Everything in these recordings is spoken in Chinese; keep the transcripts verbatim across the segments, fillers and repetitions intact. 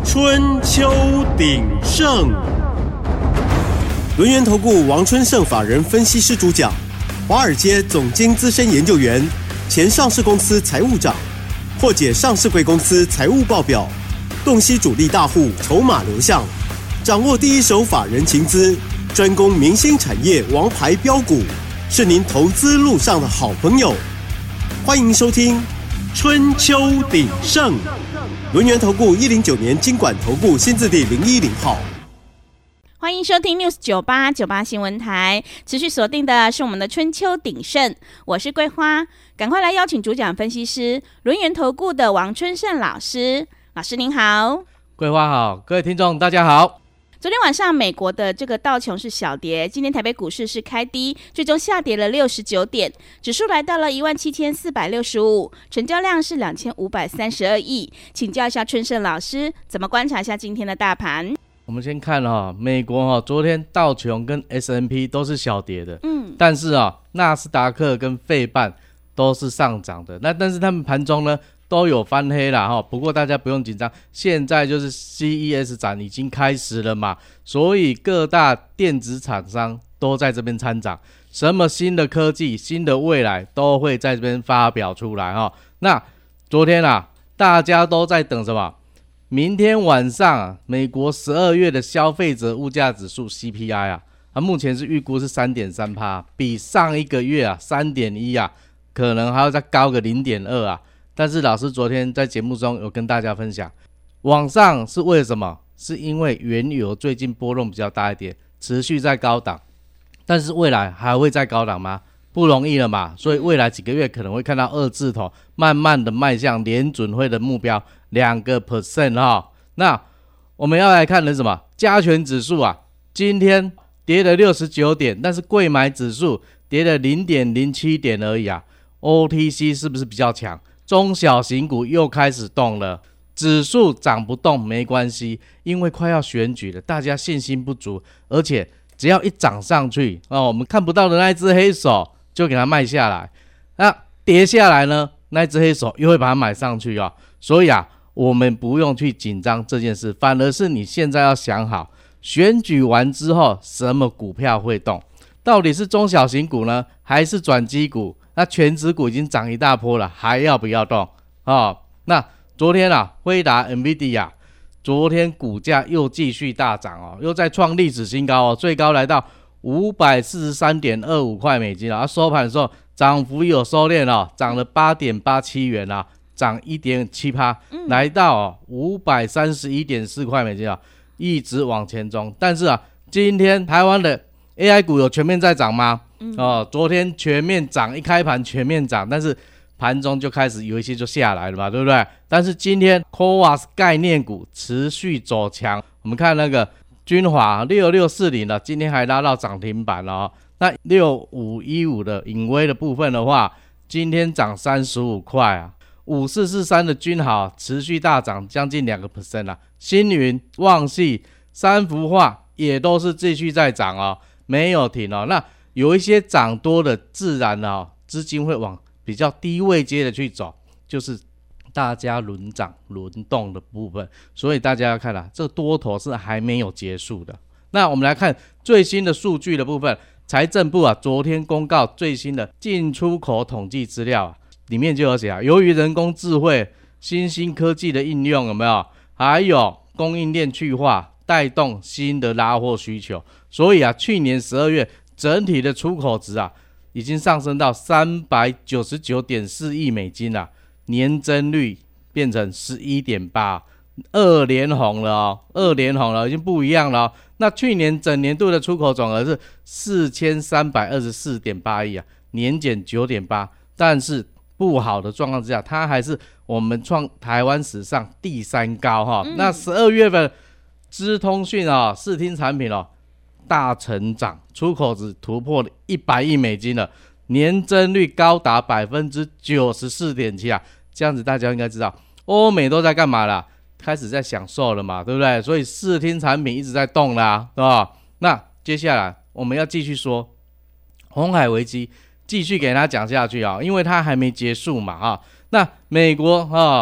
春秋鼎盛。轮源投顾王春盛法人分析师主讲，华尔街总经资深研究员，前上市公司财务长，或解上市贵公司财务报表，洞悉主力大户筹码流向，掌握第一手法人情资，专攻明星产业王牌标股，是您投资路上的好朋友。欢迎收听春秋鼎盛。轮源投顾一零九年金管投顾新字第零一零号。 欢迎收听 News 九八九八新闻台，持续锁定的是我们的春秋鼎盛，我是桂花，赶快来邀请主讲分析师轮源投顾的王春盛老师。老师您好。 桂花好，各位听众大家好。 昨天晚上美国的这个道琼是小跌，今天台北股市是开低，最终下跌了六十九点，指数来到了一万七千四百六十五，成交量是两千五百三十二亿。请教一下春盛老师，怎么观察一下今天的大盘？ 我们先看哦，美国哦，昨天道琼跟 S and P 都是小跌的，嗯，但是啊、哦，纳斯达克跟费半都是上涨的。那但是他们盘中呢都有翻黑啦哈，不过大家不用紧张，现在就是 C E S 展已经开始了嘛，所以各大电子厂商都在这边参展，什么新的科技、新的未来都会在这边发表出来哈。那昨天啊，大家都在等什么？明天晚上、啊、美国十二月的消费者物价指数 C P I 啊，啊目前是预估是 百分之三点三， 比上一个月啊 三点一 啊，可能还要再高个 零点二 啊。但是老师昨天在节目中有跟大家分享，往上是为什么？是因为原油最近波动比较大一点，持续在高档，但是未来还会再高档吗？不容易了嘛，所以未来几个月可能会看到二字头慢慢的迈向联准会的目标两个 percent 哈。那我们要来看的是什么？加权指数啊，今天跌了六十九点，但是柜买指数跌了 零点零七 点而已啊。O T C 是不是比较强？中小型股又开始动了，指数涨不动没关系，因为快要选举了，大家信心不足，而且只要一涨上去、哦、我们看不到的那一只黑手就给它卖下来，那跌下来呢，那一只黑手又会把它买上去哦。所以啊，我们不用去紧张这件事，反而是你现在要想好，选举完之后什么股票会动，到底是中小型股呢，还是转机股？那全指股已经涨一大波了，还要不要动、哦、那昨天啊，辉达 Nvidia 昨天股价又继续大涨哦，又在创历史新高哦，最高来到 五百四十三点二五 块美金啊，收盘的时候涨幅有收敛哦，涨了 八点八七元啊，涨 一点七、嗯、来到、哦、五百三十一点四 块美金啊，一直往前冲。但是啊，今天台湾的 A I 股有全面在涨吗？嗯、哦，昨天全面涨，一开盘全面涨，但是盘中就开始有一些就下来了嘛，对不对？但是今天 C O V A S 概念股持续走强，我们看那个君华六六四零了，今天还拉到涨停板了、哦。那六五一五的隐微的部分的话，今天涨三十五块啊。五四四三的君豪持续大涨将近 百分之二 啊。星云、旺系、三幅画也都是继续在涨哦，没有停哦。那有一些涨多的，自然哦，资金会往比较低位阶的去走，就是大家轮涨轮动的部分。所以大家要看啦、啊，这个多头是还没有结束的。那我们来看最新的数据的部分，财政部啊昨天公告最新的进出口统计资料、啊、里面就有写啊，由于人工智慧、新兴科技的应用有没有，还有供应链去化，带动新的拉货需求，所以啊，去年十二月整体的出口值啊，已经上升到 三百九十九点四亿美金啊，年增率变成 十一点八， 二连红了哦，二连红了，已经不一样了哦。那去年整年度的出口总额是 四千三百二十四点八亿啊，年减 九点八， 但是不好的状况之下，它还是我们创台湾史上第三高哈、哦嗯。那十二月份资通讯啊、哦，视听产品哦大成长，出口值突破了一百亿美金了，年增率高达 百分之九十四点七 啊。这样子大家应该知道，欧美都在干嘛啦？开始在享受了嘛，对不对？所以视听产品一直在动啦，对吧？那接下来我们要继续说鸿海危机，继续给他讲下去啊，因为它还没结束嘛啊。那美国啊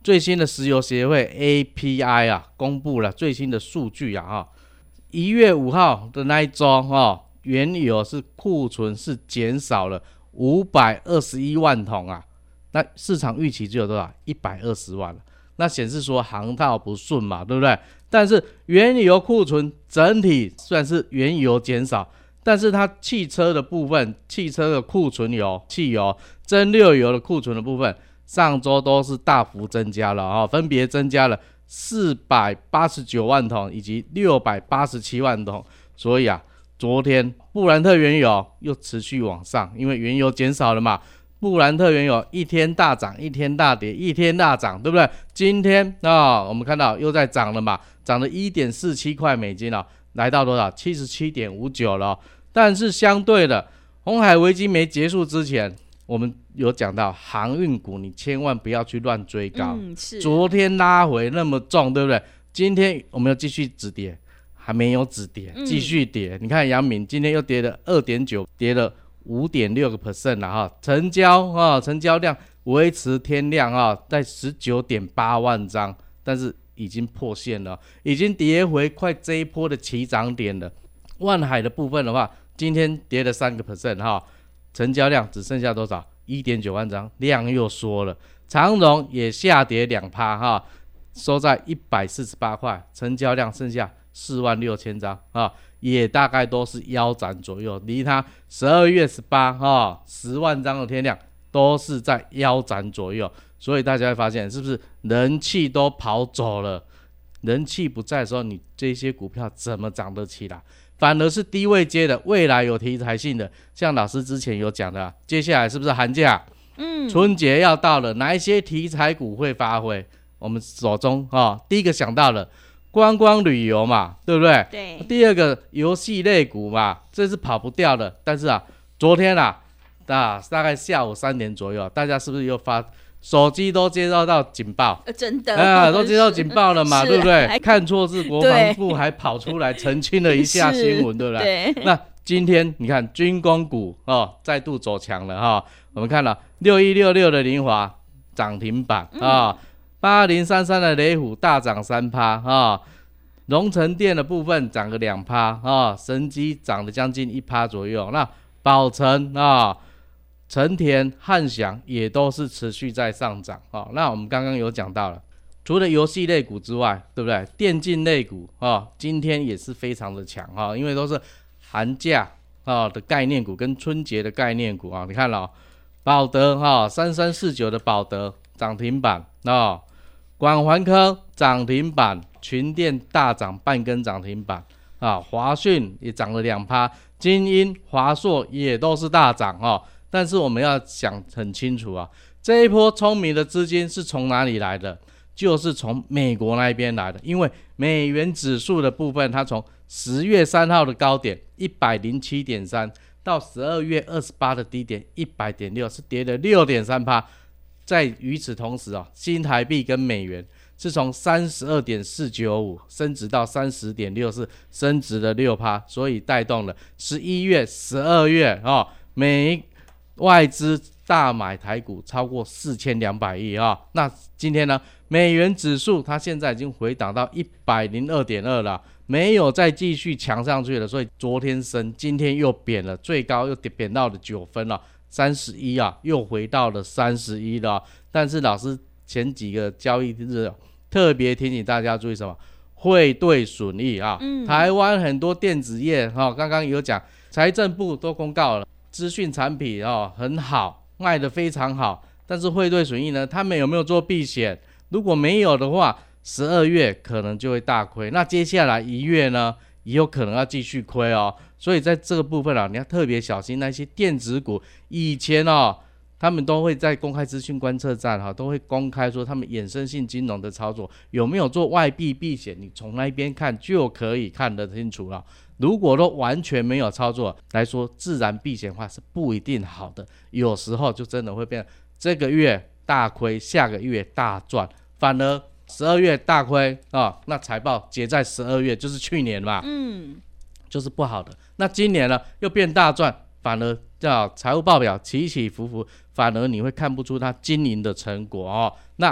最新的石油协会 A P I 啊公布了最新的数据啊哈，一月五号的那一周哈，原油是库存是减少了五百二十一万桶啊，那市场预期只有多少？一百二十万了。那显示说航道不顺嘛，对不对？但是原油库存整体虽然是原油减少，但是它汽车的部分，汽车的库存油、汽油、蒸馏油的库存的部分，上周都是大幅增加了啊、哦，分别增加了四百八十九万桶以及六百八十七万桶。所以啊，昨天布兰特原油又持续往上，因为原油减少了嘛。布兰特原油一天大涨，一天大跌，一天大涨，对不对？今天啊、哦，我们看到又在涨了嘛，涨了 一点四七块美金了、哦，来到多少 ?七十七点五九 了、哦。但是相对的，红海危机没结束之前，我们有讲到航运股，你千万不要去乱追高。 嗯，是。昨天拉回那么重，对不对？今天我们要继续止跌，还没有止跌，继续跌。嗯、你看阳明今天又跌了 二点九， 跌了五点六个百分点 了哈，成交啊，成交量维持天量啊，在 十九点八万张，但是已经破线了，已经跌回快这一波的起涨点了。万海的部分的话，今天跌了三个 percent 哈，成交量只剩下多少？ 一点九万张，量又缩了。长荣也下跌 百分之二 哈，收在一百四十八块，成交量剩下四万六千张啊。也大概都是腰斩左右，离它十二月十八号十万张的天量都是在腰斩左右，所以大家会发现是不是人气都跑走了？人气不在的时候，你这些股票怎么涨得起来？反而是低位接的，未来有题材性的，像老师之前有讲的、啊，接下来是不是寒假？嗯，春节要到了，哪一些题材股会发挥？我们手中啊、哦，第一个想到了。观光旅游嘛，对不对？ 对。 第二个游戏类股嘛，这是跑不掉的。但是啊，昨天啊，啊大概下午三点左右，大家是不是又发手机都接到到警报？ 呃、真的啊，都接到警报了嘛，对不对？看错字，国防部还跑出来澄清了一下新闻，对不对？对。那今天你看军工股哦，再度走强了哈、哦。我们看了六一六六的凌华涨停板啊。嗯八零三三的雷虎大涨 百分之三 啊，荣成电的部分涨个 百分之二 啊，神基涨了将近 百分之一 左右。那宝成啊、成田、汉翔也都是持续在上涨啊。那我们刚刚有讲到了，除了游戏类股之外，对不对？电竞类股啊，今天也是非常的强啊，因为都是寒假啊的概念股跟春节的概念股啊。你看了、哦、宝德哈三三四九的宝德涨停板啊。广环科涨停板，群电大涨半根涨停板啊，华讯也涨了 百分之二， 精英、华硕也都是大涨哦。但是我们要想很清楚啊，这一波聪明的资金是从哪里来的？就是从美国那边来的，因为美元指数的部分，它从十月三号的高点 一百零七点三 到十二月二十八的低点 一百点六， 是跌了 六点三%。在与此同时啊，新台币跟美元是从 三十二点四九五 升值到 三十点六四， 升值了 百分之六， 所以带动了十一月、十二月啊，美外资大买台股超过四千两百亿啊。那今天呢，美元指数它现在已经回档到 一百零二点二 了，没有再继续强上去了，所以昨天升，今天又贬了，最高又贬到了九分了。三十一啊，又回到了三十一了、啊。但是老师前几个交易日、啊、特别提醒大家注意什么？汇兑损益啊、嗯。台湾很多电子业哈、哦，刚刚有讲，财政部都公告了，资讯产品哦很好，卖得非常好。但是汇兑损益呢，他们有没有做避险？如果没有的话，十二月可能就会大亏。那接下来一月呢，也有可能要继续亏哦。所以在这个部分啊，你要特别小心那些电子股。以前哦，他们都会在公开资讯观测站哈、哦，都会公开说他们衍生性金融的操作有没有做外币避险，你从那边看就可以看得清楚了。如果都完全没有操作来说，自然避险化是不一定好的，有时候就真的会变成这个月大亏，下个月大赚，反而十二月大亏啊、哦，那财报结在十二月，就是去年嘛，嗯，就是不好的。那今年呢又变大赚，反而叫财务报表起起伏伏，反而你会看不出它经营的成果哦。那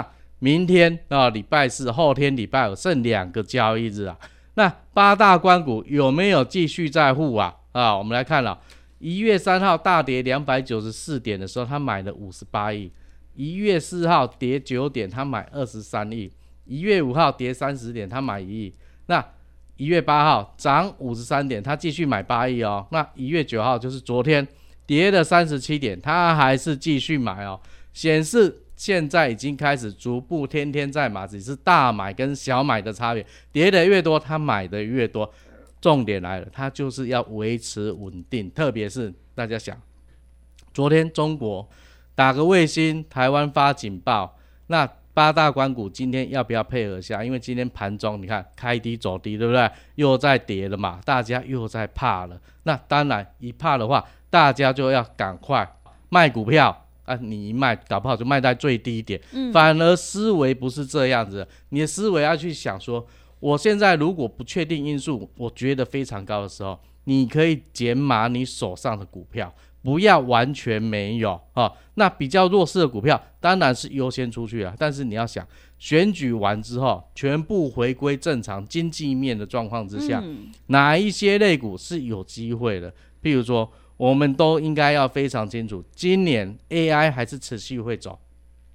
明天啊礼拜四，后天礼拜五，剩两个交易日啊。那八大官股有没有继续在护啊？啊，我们来看了，一月三号大跌两百九十四点的时候，他买了五十八亿；一月四号跌九点，他买二十三亿；一月五号跌三十点，他买一亿。那一月八号涨五十三点，他继续买八亿哦。那一月九号就是昨天跌了三十七点，他还是继续买哦，显示现在已经开始逐步天天在买，只是大买跟小买的差别，跌的越多他买的越多。重点来了，他就是要维持稳定，特别是大家想，昨天中国打个卫星，台湾发警报，那八大官股今天要不要配合下？因为今天盘中你看开低走低，对不对？又在跌了嘛，大家又在怕了。那当然一怕的话，大家就要赶快卖股票啊！你一卖，搞不好就卖在最低点。嗯、反而思维不是这样子的，你的思维要去想说，我现在如果不确定因素，我觉得非常高的时候，你可以减码你手上的股票。不要完全没有、哦、那比较弱势的股票当然是优先出去了，但是你要想选举完之后全部回归正常经济面的状况之下、嗯、哪一些类股是有机会的，譬如说我们都应该要非常清楚，今年 A I 还是持续会走，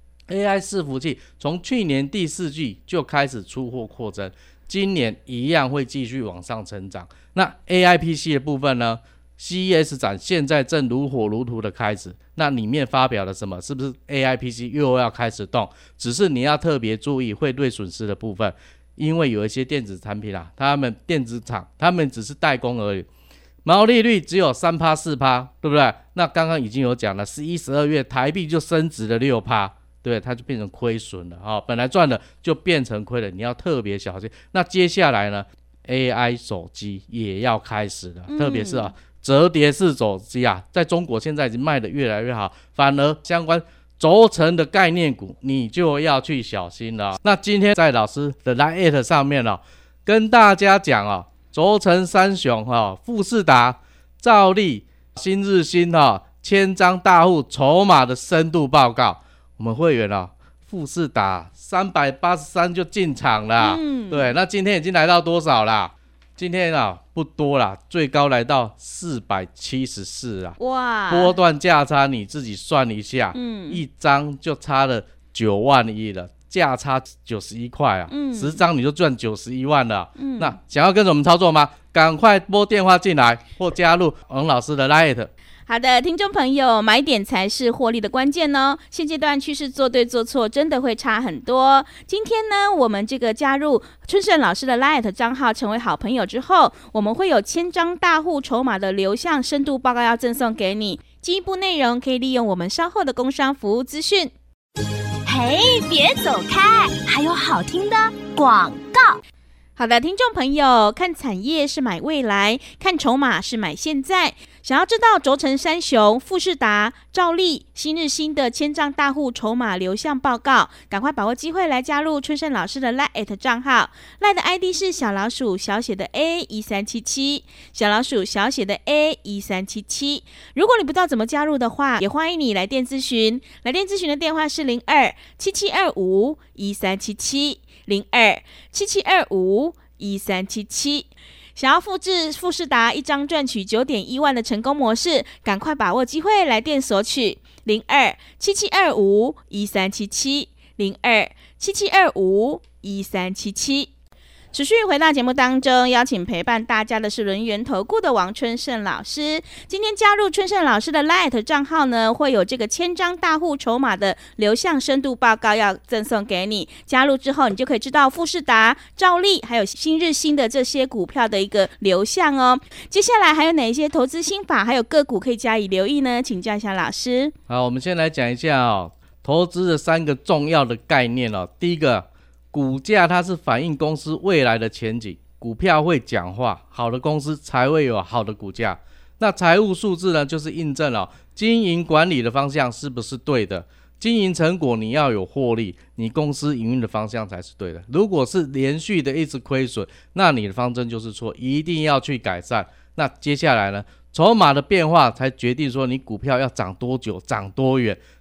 A I 伺服器从去年第四季就开始出货扩增，今年一样会继续往上成长。那 A I P C 的部分呢，C E S 展现在正如火如荼的开始，那里面发表了什么？是不是 A I P C 又要开始动？只是你要特别注意汇兑损失的部分，因为有一些电子产品啊，他们电子厂他们只是代工而已，毛利率只有 百分之三 百分之四， 对不对？那刚刚已经有讲了，十一、十二月台币就升值了 百分之六， 对，它就变成亏损了、哦、本来赚的就变成亏了，你要特别小心。那接下来呢 A I 手机也要开始了、嗯、特别是啊折叠式手机啊，在中国现在已经卖得越来越好，反而相关轴承的概念股你就要去小心了。那今天在老师的 Line 上面、哦、跟大家讲哦，轴承三雄哦，富士达、兆利、新日新哦，千张大户筹码的深度报告，我们会员哦，富士达三百八十三就进场了、嗯、对，那今天已经来到多少啦？今天啊不多啦，最高来到四百七十四啦，哇，波段价差你自己算一下、嗯、一张就差了九万一了，价差九十一块啊、嗯、十张你就赚九十一万了、嗯、那想要跟着我们操作吗？赶快拨电话进来或加入王老师的 Line。 好的，听众朋友，买点才是获利的关键哦。现阶段趋势做对做错真的会差很多。今天呢，我们这个加入春盛老师的 Line 账号成为好朋友之后，我们会有千张大户筹码的流向深度报告要赠送给你。进一步内容可以利用我们稍后的工商服务资讯。 嘿，别走开，还有好听的广告。 好的，听众朋友，看产业是买未来，看筹码是买现在。想要知道轴承三雄富士达、兆利、新日新的千张大户筹码流向报告，赶快把握机会来加入春盛老师的 Line 账号， Line 的 I D 是小老鼠小写的 A 一三七七， 小老鼠小写的 A 一三七七。如果你不知道怎么加入的话，也欢迎你来电咨询，来电咨询的电话是零二七七二五一三七七，零二七七二五一三七七。想要复制富士达一张赚取 九点一万的成功模式，赶快把握机会来电索取零二七七二五一三七七， 零二七七二五一三七七。持续回到节目当中，邀请陪伴大家的是轮源投顾的王春盛老师。今天加入春盛老师的 Line 账号呢，会有这个千张大户筹码的流向深度报告要赠送给你。加入之后，你就可以知道富士达、兆利还有新日新的这些股票的一个流向哦。接下来还有哪一些投资心法，还有个股可以加以留意呢？请教一下老师。 好，我们先来讲一下哦，投资的三个重要的概念哦。第一个，股价它是反映公司未来的前景，股票会讲话，好的公司才会有好的股价。那财务数字呢，就是印证了经营管理的方向是不是对的，经营成果你要有获利，你公司营运的方向才是对的。如果是连续的一直亏损，那你的方针就是错，一定要去改善。那接下来呢，筹码的变化才决定说你股票要涨多久涨多远，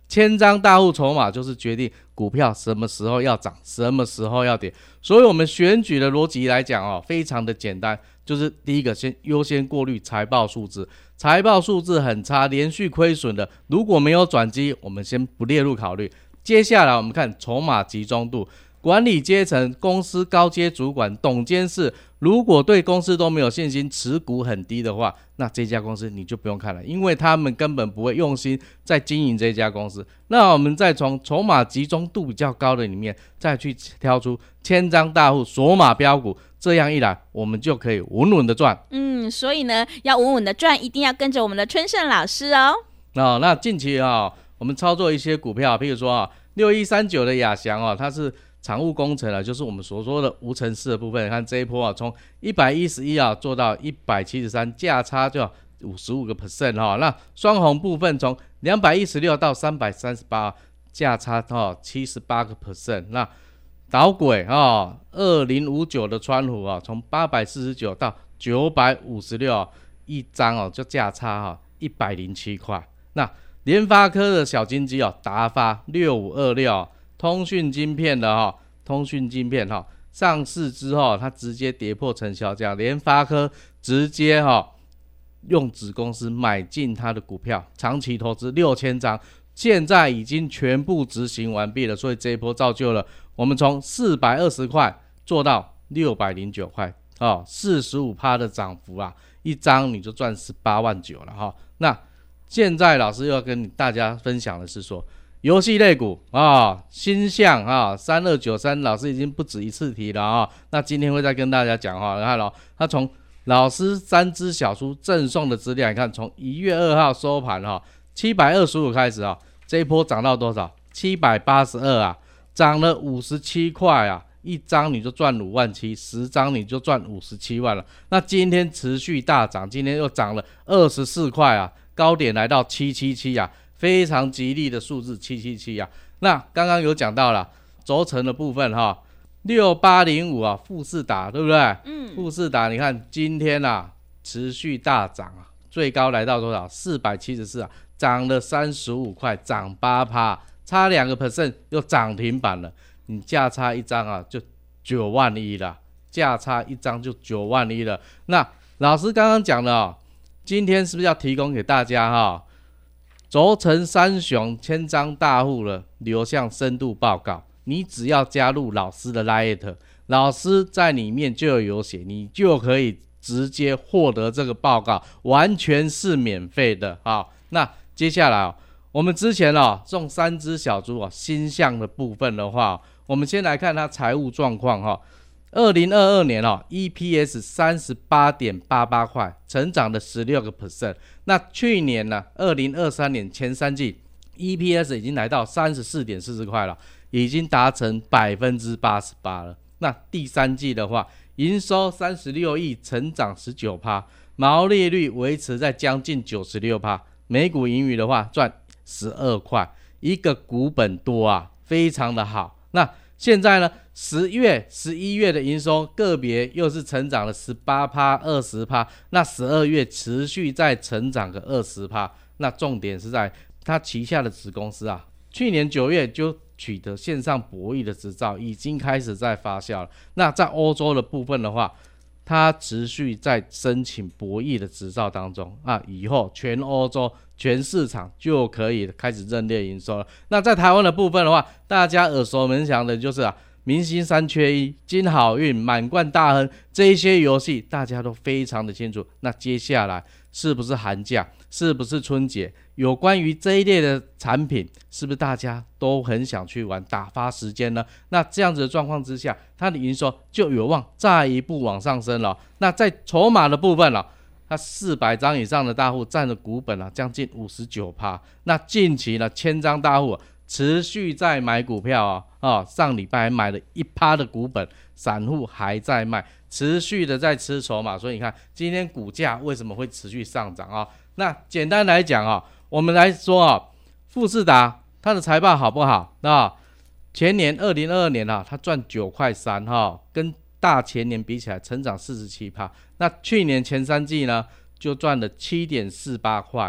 千张大户筹码就是决定股票什么时候要涨，什么时候要跌。所以我们选举的逻辑来讲哦，非常的简单，就是第一个先优先过滤财报数字，财报数字很差，连续亏损的，如果没有转机，我们先不列入考虑。接下来我们看筹码集中度，管理阶层、公司高阶主管、董监事，如果对公司都没有信心，持股很低的话，那这家公司你就不用看了，因为他们根本不会用心在经营这家公司。那我们再从筹码集中度比较高的里面，再去挑出千张大户锁码标股，这样一来，我们就可以稳稳的赚。 嗯，所以呢，要稳稳的赚，一定要跟着我们的春盛老师哦。 哦，那近期啊、哦，我们操作一些股票，譬如说啊，六一三九的亚翔哦，它是产物工程啊，就是我们所说的无尘室的部分。你看这一波啊，从一百一十一啊做到一百七十三，价差就 百分之五十五 哈。那双红部分从两百一十六到三百三十八，价差哦 百分之七十八。那导轨啊，二零五九的川湖啊，从八百四十九到九百五十六一张哦，就价差啊一百零七块。那联发科的小金鸡哦，达发六五二六。通讯晶片的哈，通讯晶片哈，上市之后它直接跌破成交价，联发科直接哈用子公司买进它的股票，长期投资六千张，现在已经全部执行完毕了，所以这一波造就了我们从四百二十块做到六百零九块哦， 百分之四十五 的涨幅啊，一张你就赚十八万九了哈。那现在老师要跟大家分享的是说，游戏类股啊，新象啊，三二九三，老师已经不止一次提了啊。那今天会再跟大家讲哈，看咯，他从老师三只小书赠送的资料，你看从一月二号收盘哈，七百二十五开始啊，这一波涨到多少？七百八十二啊，涨了五十七块啊，一张你就赚五万七，十张你就赚五十七万了。那今天持续大涨，今天又涨了二十四块啊，高点来到七百七十七啊。非常吉利的数字七百七十七啊。那刚刚有讲到了轴承的部分哈，六八零五啊，富士达对不对？嗯，富士达你看今天啊持续大涨啊，最高来到多少？四百七十四啊，涨了三十五块，涨 百分之八， 差两个 percent 又涨停板了。你价差一张啊就九万一了，价差一张就九万一了。那老师刚刚讲的哦，今天是不是要提供给大家哈？轴承三雄千张大户的流向深度报告，你只要加入老师的 Lite， 老师在里面就有写，你就可以直接获得这个报告，完全是免费的。好，那接下来、哦、我们之前哦送三只小猪哦，新象的部分的话，我们先来看它财务状况哈。二零二二年哦 E P S 三十八点八八块，成长了 百分之十六。 那去年呢二零二三年前三季 E P S 已经来到 三十四点四四块了，已经达成 百分之八十八 了。那第三季的话，营收三十六亿，成长 百分之十九， 毛利率维持在将近 百分之九十六， 每股盈余的话赚十二块，一个股本多啊，非常的好。那现在呢十月十一月的营收个别又是成长了 百分之十八 二十， 那十二月持续再成长个 百分之二十。 那重点是在它旗下的子公司啊，去年九月就取得线上博弈的执照，已经开始在发酵了。那在欧洲的部分的话，它持续在申请博弈的执照当中啊，以后全欧洲全市场就可以开始认列营收了。那在台湾的部分的话，大家耳熟能详的就是啊，明星三缺一、金好运、满贯大亨这一些游戏，大家都非常的清楚。那接下来是不是寒假？是不是春节？有关于这一类的产品，是不是大家都很想去玩，打发时间呢？那这样子的状况之下，它的营收就有望再一步往上升了。那在筹码的部分了，它四百张以上的大户占的股本啊，将近 百分之五十九。那近期呢，千张大户、啊、持续在买股票啊，哦、上礼拜还买了 百分之一 的股本，散户还在卖，持续的在吃筹码。所以你看今天股价为什么会持续上涨啊？那简单来讲啊，我们来说啊，富士达它的财报好不好？那前年二零二二年啊，它赚九块三哈，跟大前年比起来成长 百分之四十七。那去年前三季呢，就赚了 七点四八块，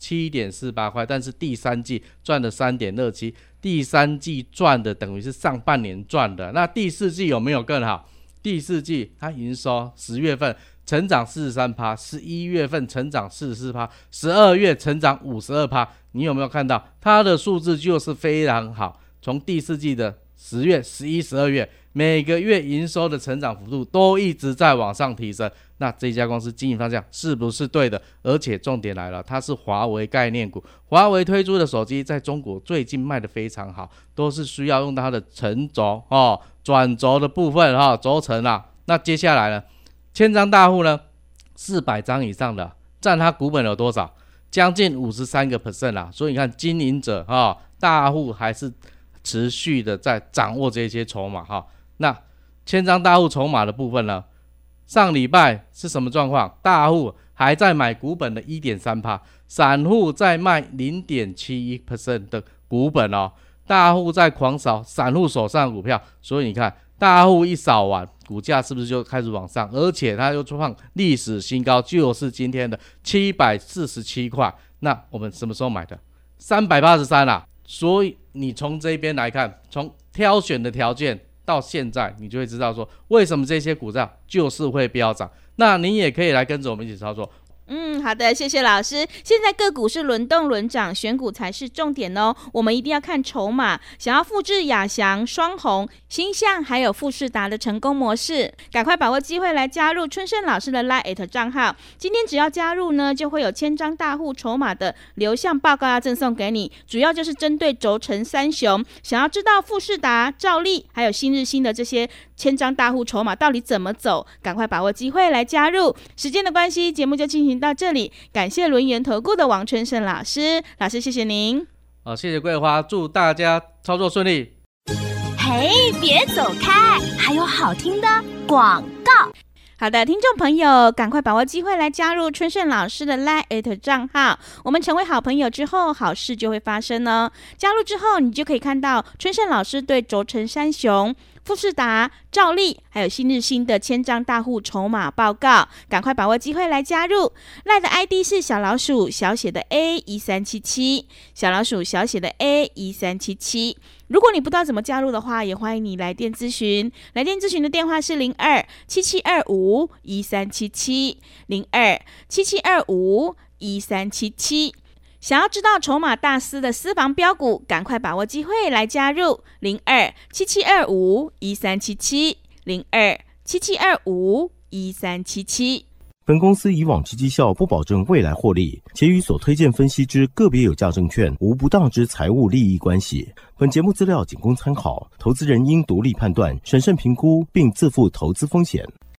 七点四八块，但是第三季赚了 三点二七， 第三季赚的等于是上半年赚的。那第四季有没有更好？第四季它营收十月份成长 百分之四十三， 十一月份成长 百分之四十四， 十二月成长 百分之五十二。 你有没有看到它的数字就是非常好？从第四季的十月、十一、十二月，每个月营收的成长幅度都一直在往上提升。那这家公司经营方向是不是对的？而且重点来了，它是华为概念股，华为推出的手机在中国最近卖得非常好，都是需要用到它的承轴哦、转轴的部分哈、哦、轴承啊。那接下来呢，千张大户呢，四百张以上的占它股本有多少？将近 百分之五十三 啦。所以你看经营者哈、哦、大户还是持续的在掌握这些筹码哈、哦。那千张大户筹码的部分呢，上礼拜是什么状况？大户还在买股本的 百分之一点三， 散户在卖 百分之零点七一 的股本哦，大户在狂扫散户手上的股票，所以你看大户一扫完，股价是不是就开始往上？而且它又创历史新高，就是今天的七百四十七块。那我们什么时候买的？三百八十三啦。所以你从这边来看，从挑选的条件到现在，你就会知道说为什么这些股票就是会飙涨。那你也可以来跟着我们一起操作。 嗯，好的，谢谢老师。现在个股是轮动轮涨，选股才是重点哦。我们一定要看筹码。想要复制亚翔、双红、星象还有富士达的成功模式，赶快把握机会来加入春盛老师的 LINE@ 账号。今天只要加入呢，就会有千张大户筹码的流向报告要赠送给你，主要就是针对轴承三雄。想要知道富士达、兆利还有新日新的这些千张大户筹码到底怎么走，赶快把握机会来加入。时间的关系，节目就进行到这里，感谢轮源投顾的王春盛老师，老师谢谢您。 好，谢谢桂花，祝大家操作顺利。 嘿，别走开，还有好听的广告。 好的，听众朋友，赶快把握机会来加入春盛老师的 LINE@ 账号。我们成为好朋友之后，好事就会发生哦。加入之后，你就可以看到春盛老师对轴承三雄、富士达、兆利还有新日新的千张大户筹码报告，赶快把握机会来加入。赖的 I D 是小老鼠小写的 A 一三七七， 小老鼠小写的 A 一三七七。如果你不知道怎么加入的话，也欢迎你来电咨询。来电咨询的电话是零二七七二五一三七七 零二七七二五一三七七。想要知道筹码大师的私房标股，赶快把握机会来加入零二七七二五一三七七 零二七七二五一三七七。 本公司以往之绩效不保证未来获利，且与所推荐分析之个别有价证券无不当之财务利益关系。本节目资料仅供参考，投资人应独立判断、审慎评估，并自负投资风险。